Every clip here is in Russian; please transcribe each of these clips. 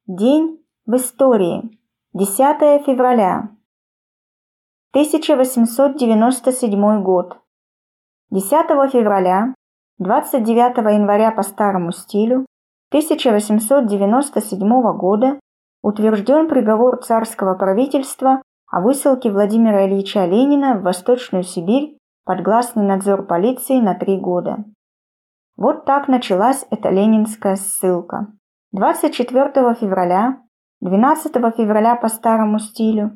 День в истории. 10 февраля. 1897 год. 10 февраля, 29 января по старому стилю 1897 года утвержден приговор царского правительства о высылке Владимира Ильича Ленина в Восточную Сибирь под гласный надзор полиции на 3 года. Вот так началась эта ленинская ссылка. 24 февраля, 12 февраля по старому стилю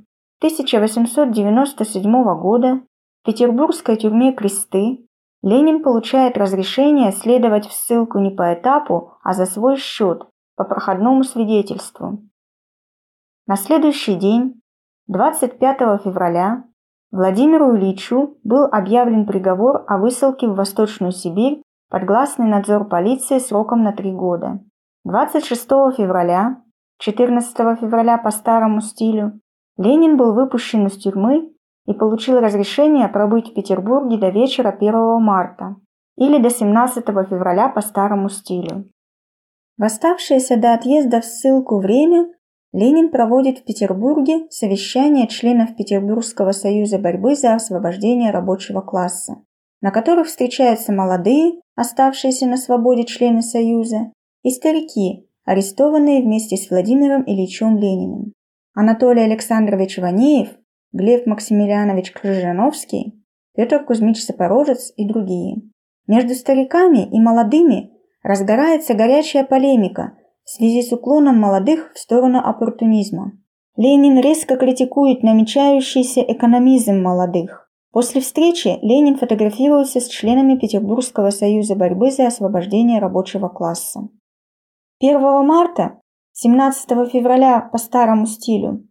1897 года в петербургской тюрьме Кресты Ленин получает разрешение следовать в ссылку не по этапу, а за свой счет, по проходному свидетельству. На следующий день, 25 февраля, Владимиру Ильичу был объявлен приговор о высылке в Восточную Сибирь под гласный надзор полиции сроком на 3 года. 26 февраля, 14 февраля по старому стилю Ленин был выпущен из тюрьмы и получил разрешение пробыть в Петербурге до вечера 1 марта или до 17 февраля по старому стилю. В оставшееся до отъезда в ссылку время Ленин проводит в Петербурге совещания членов Петербургского союза борьбы за освобождение рабочего класса, на которых встречаются молодые, оставшиеся на свободе члены союза, и старики, арестованные вместе с Владимиром Ильичем Лениным. Анатолий Александрович Ванеев, Глеб Максимилианович Крыжановский, Петр Кузьмич Запорожец и другие. Между стариками и молодыми разгорается горячая полемика в связи с уклоном молодых в сторону оппортунизма. Ленин резко критикует намечающийся экономизм молодых. После встречи Ленин фотографируется с членами Петербургского союза борьбы за освобождение рабочего класса. 1 марта, 17 февраля по старому стилю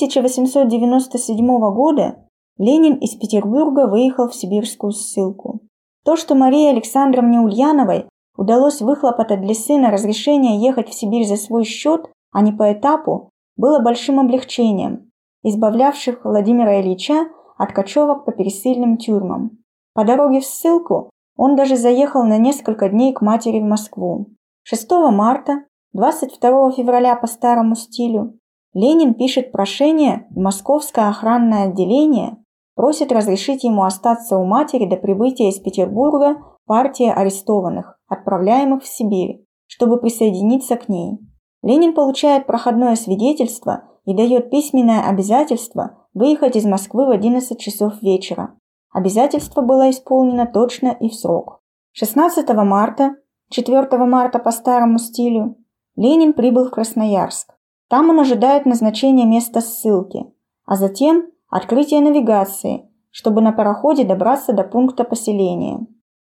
1897 года Ленин из Петербурга выехал в сибирскую ссылку. То, что Марии Александровне Ульяновой удалось выхлопотать для сына разрешение ехать в Сибирь за свой счет, а не по этапу, было большим облегчением, избавлявших Владимира Ильича от кочевок по пересыльным тюрьмам. По дороге в ссылку он даже заехал на несколько дней к матери в Москву. 6 марта, 22 февраля по старому стилю Ленин пишет прошение в Московское охранное отделение, просит разрешить ему остаться у матери до прибытия из Петербурга партии арестованных, отправляемых в Сибирь, чтобы присоединиться к ней. Ленин получает проходное свидетельство и дает письменное обязательство выехать из Москвы в 11 часов вечера. Обязательство было исполнено точно и в срок. 16 марта, 4 марта по старому стилю Ленин прибыл в Красноярск. Там он ожидает назначения места ссылки, а затем открытия навигации, чтобы на пароходе добраться до пункта поселения.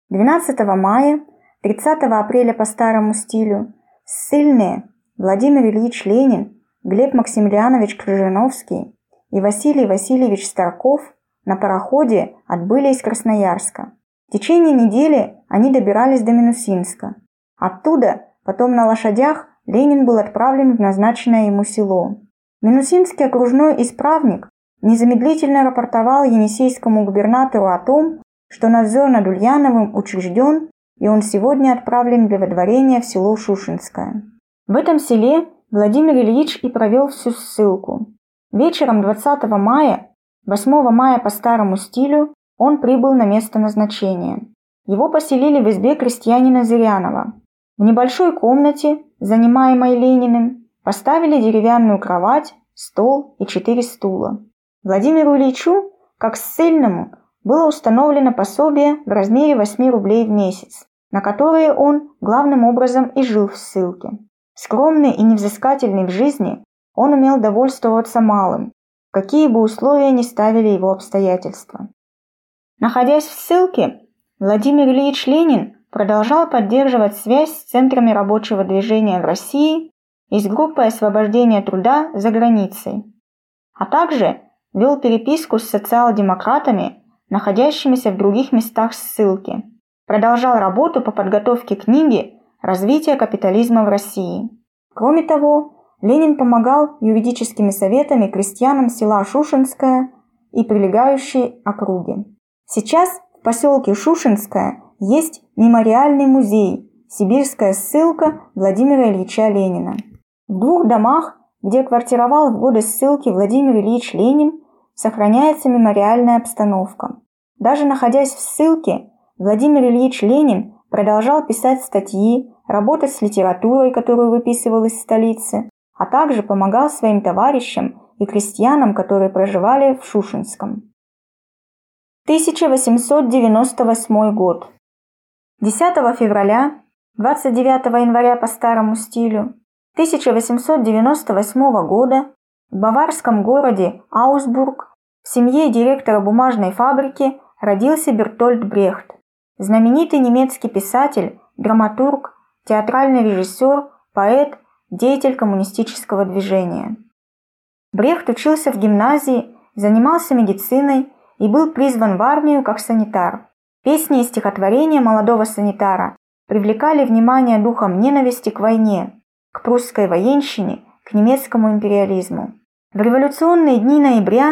12 мая, 30 апреля по старому стилю ссыльные Владимир Ильич Ленин, Глеб Максимилианович Крыжановский и Василий Васильевич Старков на пароходе отбыли из Красноярска. В течение недели они добирались до Минусинска. Оттуда, потом на лошадях, Ленин был отправлен в назначенное ему село. Минусинский окружной исправник незамедлительно рапортовал енисейскому губернатору о том, что надзор над Ульяновым учрежден, и он сегодня отправлен для водворения в село Шушенское. В этом селе Владимир Ильич и провел всю ссылку. Вечером 20 мая, 8 мая по старому стилю, он прибыл на место назначения. Его поселили в избе крестьянина Зырянова. В небольшой комнате, занимаемой Лениным, поставили деревянную кровать, стол и 4 стула. Владимиру Ильичу, как ссыльному, было установлено пособие в размере 8 рублей в месяц, на которые он главным образом и жил в ссылке. Скромный и невзыскательный в жизни, он умел довольствоваться малым, какие бы условия ни ставили его обстоятельства. Находясь в ссылке, Владимир Ильич Ленин продолжал поддерживать связь с центрами рабочего движения в России и с группой освобождения труда за границей, а также вел переписку с социал-демократами, находящимися в других местах ссылки, продолжал работу по подготовке книги «Развитие капитализма в России». Кроме того, Ленин помогал юридическими советами крестьянам села Шушенское и прилегающей округи. Сейчас в поселке Шушенское есть мемориальный музей «Сибирская ссылка Владимира Ильича Ленина». В 2 домах, где квартировал в годы ссылки Владимир Ильич Ленин, сохраняется мемориальная обстановка. Даже находясь в ссылке, Владимир Ильич Ленин продолжал писать статьи, работать с литературой, которую выписывал из столицы, а также помогал своим товарищам и крестьянам, которые проживали в Шушенском. 1898 год. 10 февраля, 29 января по старому стилю 1898 года в баварском городе Аусбург в семье директора бумажной фабрики родился Бертольд Брехт, знаменитый немецкий писатель, драматург, театральный режиссер, поэт, деятель коммунистического движения. Брехт учился в гимназии, занимался медициной и был призван в армию как санитар. Песни и стихотворения молодого санитара привлекали внимание духом ненависти к войне, к прусской военщине, к немецкому империализму. В революционные дни ноября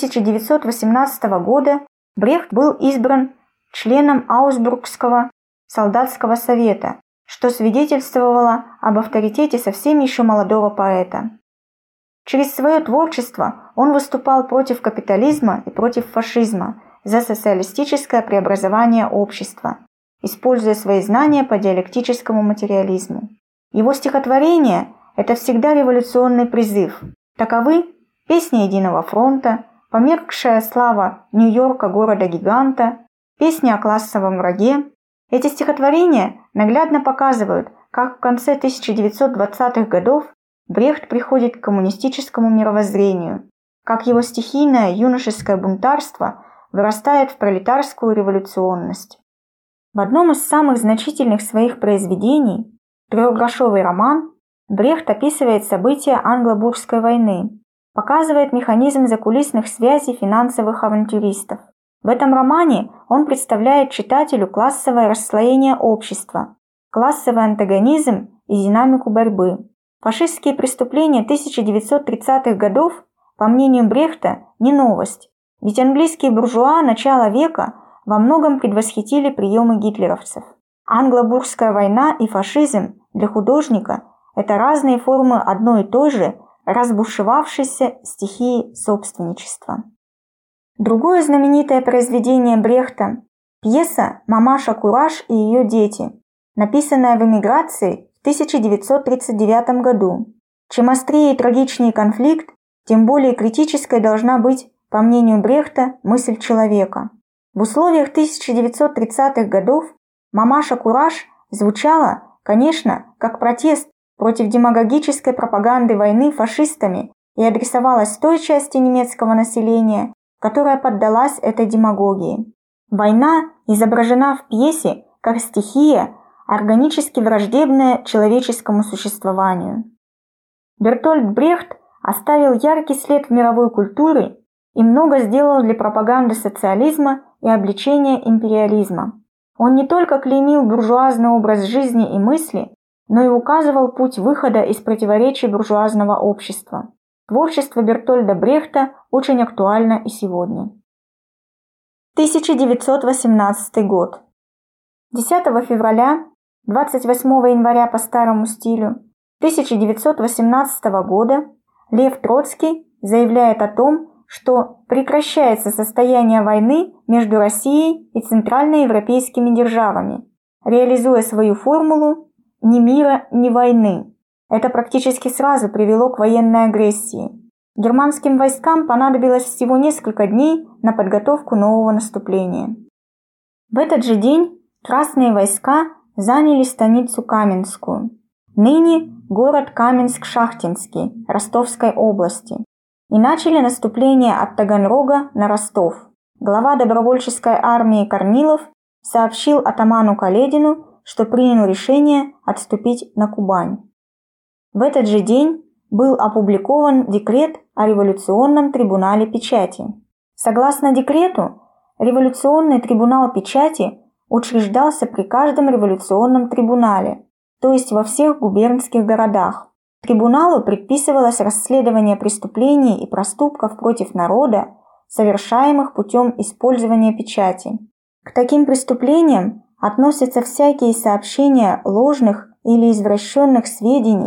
1918 года Брехт был избран членом Аусбургского солдатского совета, что свидетельствовало об авторитете совсем еще молодого поэта. Через свое творчество он выступал против капитализма и против фашизма, за социалистическое преобразование общества, используя свои знания по диалектическому материализму. Его стихотворения – это всегда революционный призыв. Таковы «Песня Единого фронта», «Померкшая слава Нью-Йорка, города-гиганта», «Песня о классовом враге». Эти стихотворения наглядно показывают, как в конце 1920-х годов Брехт приходит к коммунистическому мировоззрению, как его стихийное юношеское бунтарство вырастает в пролетарскую революционность. В одном из самых значительных своих произведений, «Трехгрошовый роман», Брехт описывает события Англо-Бурской войны, показывает механизм закулисных связей финансовых авантюристов. В этом романе он представляет читателю классовое расслоение общества, классовый антагонизм и динамику борьбы. Фашистские преступления 1930-х годов, по мнению Брехта, не новость, ведь английские буржуа начала века во многом предвосхитили приемы гитлеровцев. Англо-Бурская война и фашизм для художника – это разные формы одной и той же разбушевавшейся стихии собственничества. Другое знаменитое произведение Брехта – пьеса «Мамаша Кураж и ее дети», написанная в эмиграции в 1939 году. Чем острее и трагичнее конфликт, тем более критической должна быть, по мнению Брехта, мысль человека. В условиях 1930-х годов «Мамаша Кураж» звучала, конечно, как протест против демагогической пропаганды войны фашистами и адресовалась той части немецкого населения, которая поддалась этой демагогии. Война изображена в пьесе как стихия, органически враждебная человеческому существованию. Бертольд Брехт оставил яркий след в мировой культуре и много сделал для пропаганды социализма и обличения империализма. Он не только клеймил буржуазный образ жизни и мысли, но и указывал путь выхода из противоречий буржуазного общества. Творчество Бертольда Брехта очень актуально и сегодня. 1918 год. 10 февраля, 28 января по старому стилю 1918 года Лев Троцкий заявляет о том, что прекращается состояние войны между Россией и центральноевропейскими державами, реализуя свою формулу «ни мира, ни войны». Это практически сразу привело к военной агрессии. Германским войскам понадобилось всего несколько дней на подготовку нового наступления. В этот же день красные войска заняли станицу Каменскую, ныне город Каменск-Шахтинский Ростовской области, и начали наступление от Таганрога на Ростов. Глава добровольческой армии Корнилов сообщил атаману Каледину, что принял решение отступить на Кубань. В этот же день был опубликован декрет о революционном трибунале печати. Согласно декрету, революционный трибунал печати учреждался при каждом революционном трибунале, то есть во всех губернских городах. Трибуналу предписывалось расследование преступлений и проступков против народа, совершаемых путем использования печати. К таким преступлениям относятся всякие сообщения ложных или извращенных сведений,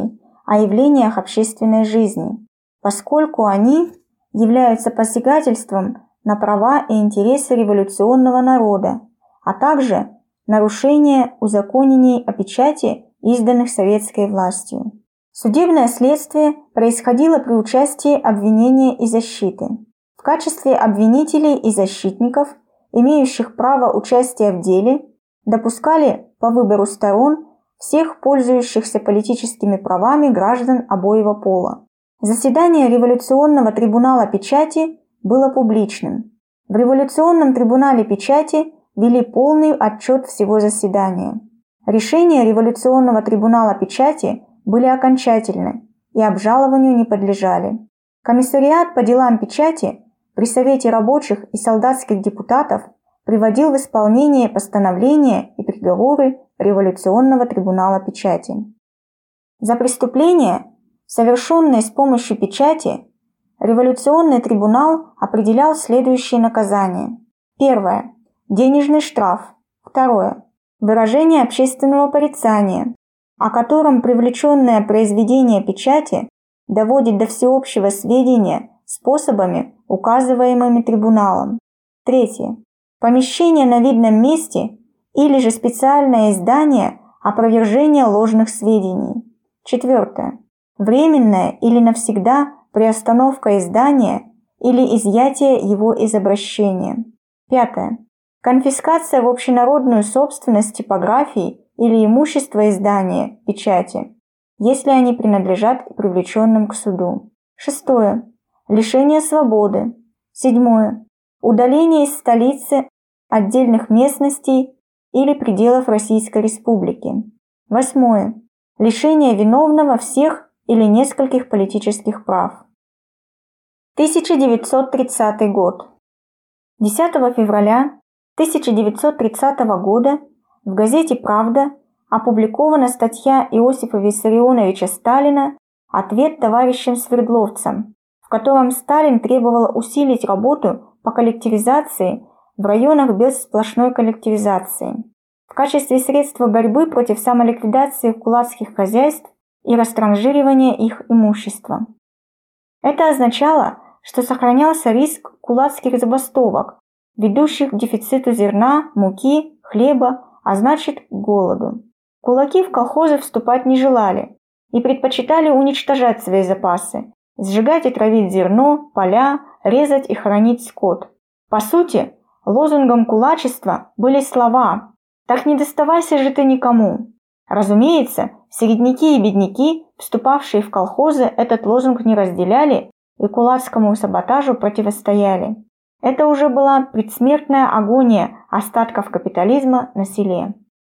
о явлениях общественной жизни, поскольку они являются посягательством на права и интересы революционного народа, а также нарушение узаконений о печати, изданных советской властью. Судебное следствие происходило при участии обвинения и защиты. В качестве обвинителей и защитников, имеющих право участия в деле, допускали по выбору сторон всех пользующихся политическими правами граждан обоего пола. Заседание Революционного трибунала печати было публичным. В Революционном трибунале печати вели полный отчет всего заседания. Решения Революционного трибунала печати были окончательны и обжалованию не подлежали. Комиссариат по делам печати при Совете рабочих и солдатских депутатов приводил в исполнение постановления и приговоры Революционного трибунала печати. За преступления, совершенные с помощью печати, Революционный трибунал определял следующие наказания. Первое. Денежный штраф. Второе. Выражение общественного порицания, о котором привлеченное произведение печати доводит до всеобщего сведения способами, указываемыми трибуналом. Третье. Помещение на видном месте или же специальное издание опровержения ложных сведений. Четвертое. Временная или навсегда приостановка издания или изъятие его из обращения. Пятое. Конфискация в общенародную собственность типографий или имущества издания, печати, если они принадлежат привлеченным к суду. Шестое. Лишение свободы. Седьмое. Удаление из столицы, отдельных местностей или пределов Российской Республики. Восьмое. Лишение виновного всех или нескольких политических прав. 1930 год. 10 февраля 1930 года в газете «Правда» опубликована статья Иосифа Виссарионовича Сталина «Ответ товарищам Свердловцам», в котором Сталин требовал усилить работу по коллективизации в районах без сплошной коллективизации, в качестве средства борьбы против самоликвидации кулацких хозяйств и растранжиривания их имущества. Это означало, что сохранялся риск кулацких забастовок, ведущих к дефициту зерна, муки, хлеба, а значит к голоду. Кулаки в колхозы вступать не желали и предпочитали уничтожать свои запасы, сжигать и травить зерно, поля, резать и хоронить скот. По сути, лозунгом кулачества были слова «Так не доставайся же ты никому». Разумеется, середняки и бедняки, вступавшие в колхозы, этот лозунг не разделяли и кулацкому саботажу противостояли. Это уже была предсмертная агония остатков капитализма на селе.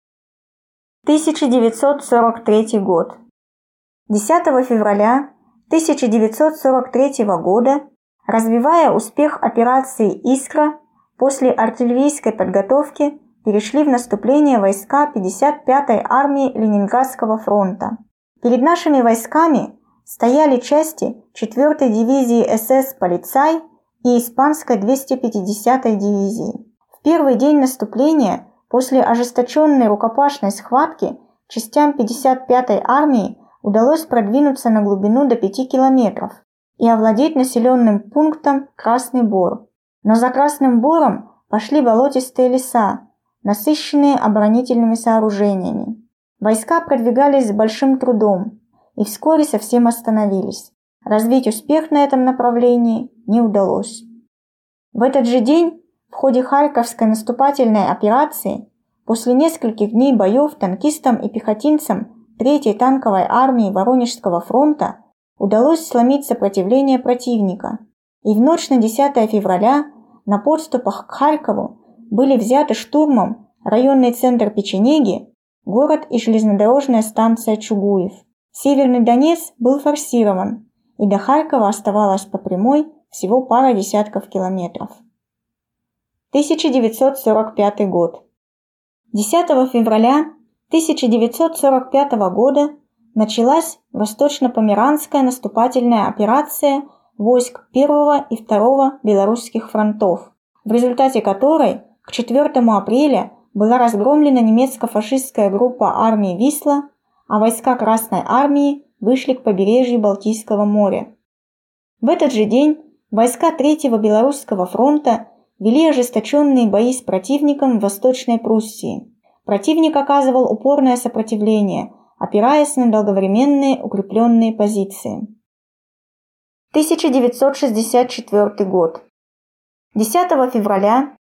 1943 год. 10 февраля 1943 года, развивая успех операции «Искра», после артиллерийской подготовки перешли в наступление войска 55-й армии Ленинградского фронта. Перед нашими войсками стояли части 4-й дивизии СС «Полицай» и испанской 250-й дивизии. В первый день наступления, после ожесточенной рукопашной схватки, частям 55-й армии удалось продвинуться на глубину до 5 километров и овладеть населенным пунктом Красный Бор. Но за Красным Бором пошли болотистые леса, насыщенные оборонительными сооружениями. Войска продвигались с большим трудом и вскоре совсем остановились. Развить успех на этом направлении не удалось. В этот же день, в ходе Харьковской наступательной операции, после нескольких дней боев танкистам и пехотинцам 3-й танковой армии Воронежского фронта удалось сломить сопротивление противника, и в ночь на 10 февраля на подступах к Харькову были взяты штурмом районный центр Печенеги, город и железнодорожная станция Чугуев. Северный Донец был форсирован, и до Харькова оставалось по прямой всего пара десятков километров. 1945 год. 10 февраля 1945 года началась Восточно-Померанская наступательная операция войск 1 и 2 белорусских фронтов, в результате которой к 4 апреля была разгромлена немецко-фашистская группа армии «Висла», а войска Красной армии вышли к побережью Балтийского моря. В этот же день войска Третьего Белорусского фронта вели ожесточенные бои с противником в Восточной Пруссии. Противник оказывал упорное сопротивление, опираясь на долговременные укрепленные позиции. 1964 год. 10 февраля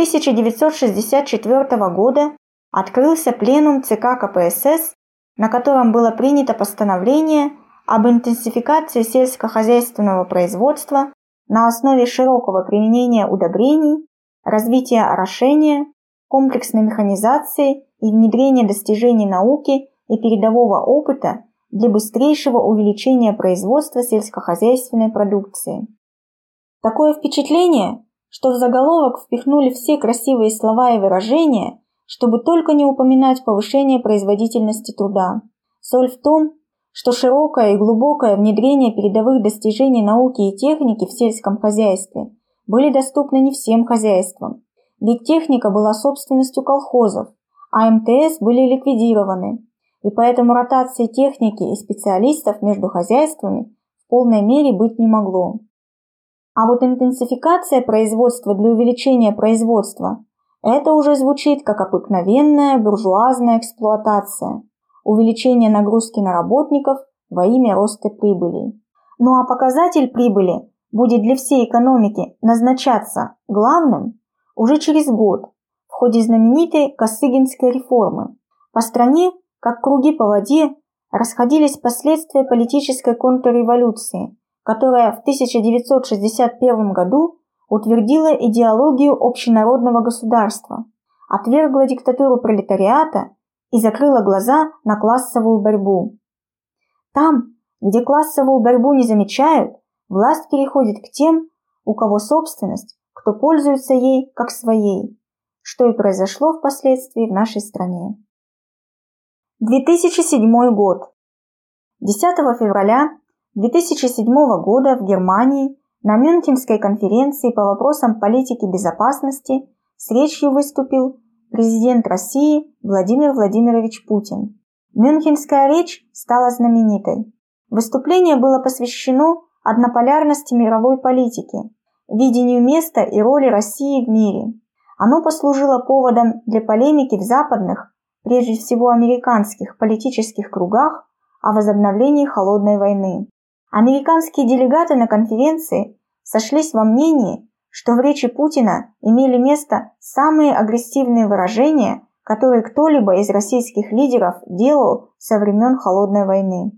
1964 года открылся пленум ЦК КПСС, на котором было принято постановление об интенсификации сельскохозяйственного производства на основе широкого применения удобрений, развития орошения, комплексной механизации и внедрения достижений науки и передового опыта для быстрейшего увеличения производства сельскохозяйственной продукции. Такое впечатление, что в заголовок впихнули все красивые слова и выражения, чтобы только не упоминать повышение производительности труда. Соль в том, что широкое и глубокое внедрение передовых достижений науки и техники в сельском хозяйстве были доступны не всем хозяйствам, ведь техника была собственностью колхозов, а МТС были ликвидированы, и поэтому ротации техники и специалистов между хозяйствами в полной мере быть не могло. А вот интенсификация производства для увеличения производства – это уже звучит как обыкновенная буржуазная эксплуатация, увеличение нагрузки на работников во имя роста прибыли. Ну а показатель прибыли будет для всей экономики назначаться главным уже через год в ходе знаменитой Косыгинской реформы. По стране, как круги по воде, расходились последствия политической контрреволюции, которая в 1961 году утвердила идеологию общенародного государства, отвергла диктатуру пролетариата и закрыла глаза на классовую борьбу. Там, где классовую борьбу не замечают, власть переходит к тем, у кого собственность, кто пользуется ей как своей, что и произошло впоследствии в нашей стране. 2007 год. 10 февраля 2007 года в Германии на Мюнхенской конференции по вопросам политики безопасности с речью выступил президент России Владимир Владимирович Путин. Мюнхенская речь стала знаменитой. Выступление было посвящено однополярности мировой политики, видению места и роли России в мире. Оно послужило поводом для полемики в западных, прежде всего американских, политических кругах о возобновлении холодной войны. Американские делегаты на конференции сошлись во мнении, что в речи Путина имели место самые агрессивные выражения, которые кто-либо из российских лидеров делал со времен холодной войны.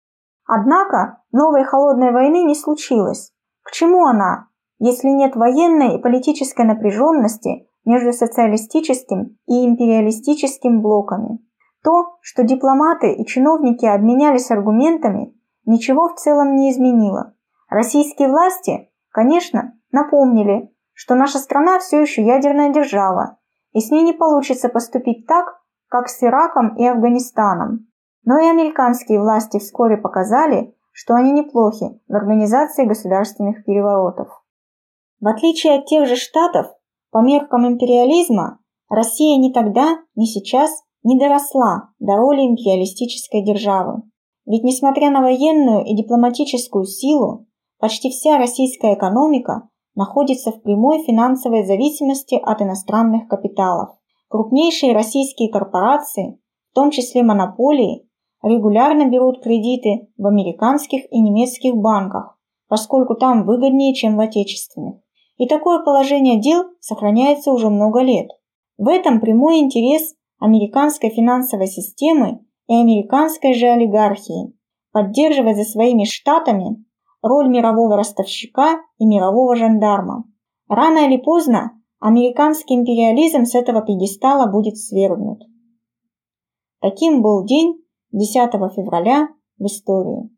Однако новой холодной войны не случилось. К чему она, если нет военной и политической напряженности между социалистическим и империалистическим блоками? То, что дипломаты и чиновники обменялись аргументами, ничего в целом не изменило. Российские власти, конечно, напомнили, что наша страна все еще ядерная держава, и с ней не получится поступить так, как с Ираком и Афганистаном. Но и американские власти вскоре показали, что они неплохи в организации государственных переворотов. В отличие от тех же Штатов, по меркам империализма, Россия ни тогда, ни сейчас не доросла до роли империалистической державы. Ведь несмотря на военную и дипломатическую силу, почти вся российская экономика находится в прямой финансовой зависимости от иностранных капиталов. Крупнейшие российские корпорации, в том числе монополии, регулярно берут кредиты в американских и немецких банках, поскольку там выгоднее, чем в отечественных. И такое положение дел сохраняется уже много лет. В этом прямой интерес американской финансовой системы и американской же олигархии поддерживать за своими штатами роль мирового ростовщика и мирового жандарма. Рано или поздно американский империализм с этого пьедестала будет свергнут. Таким был день 10 февраля в истории.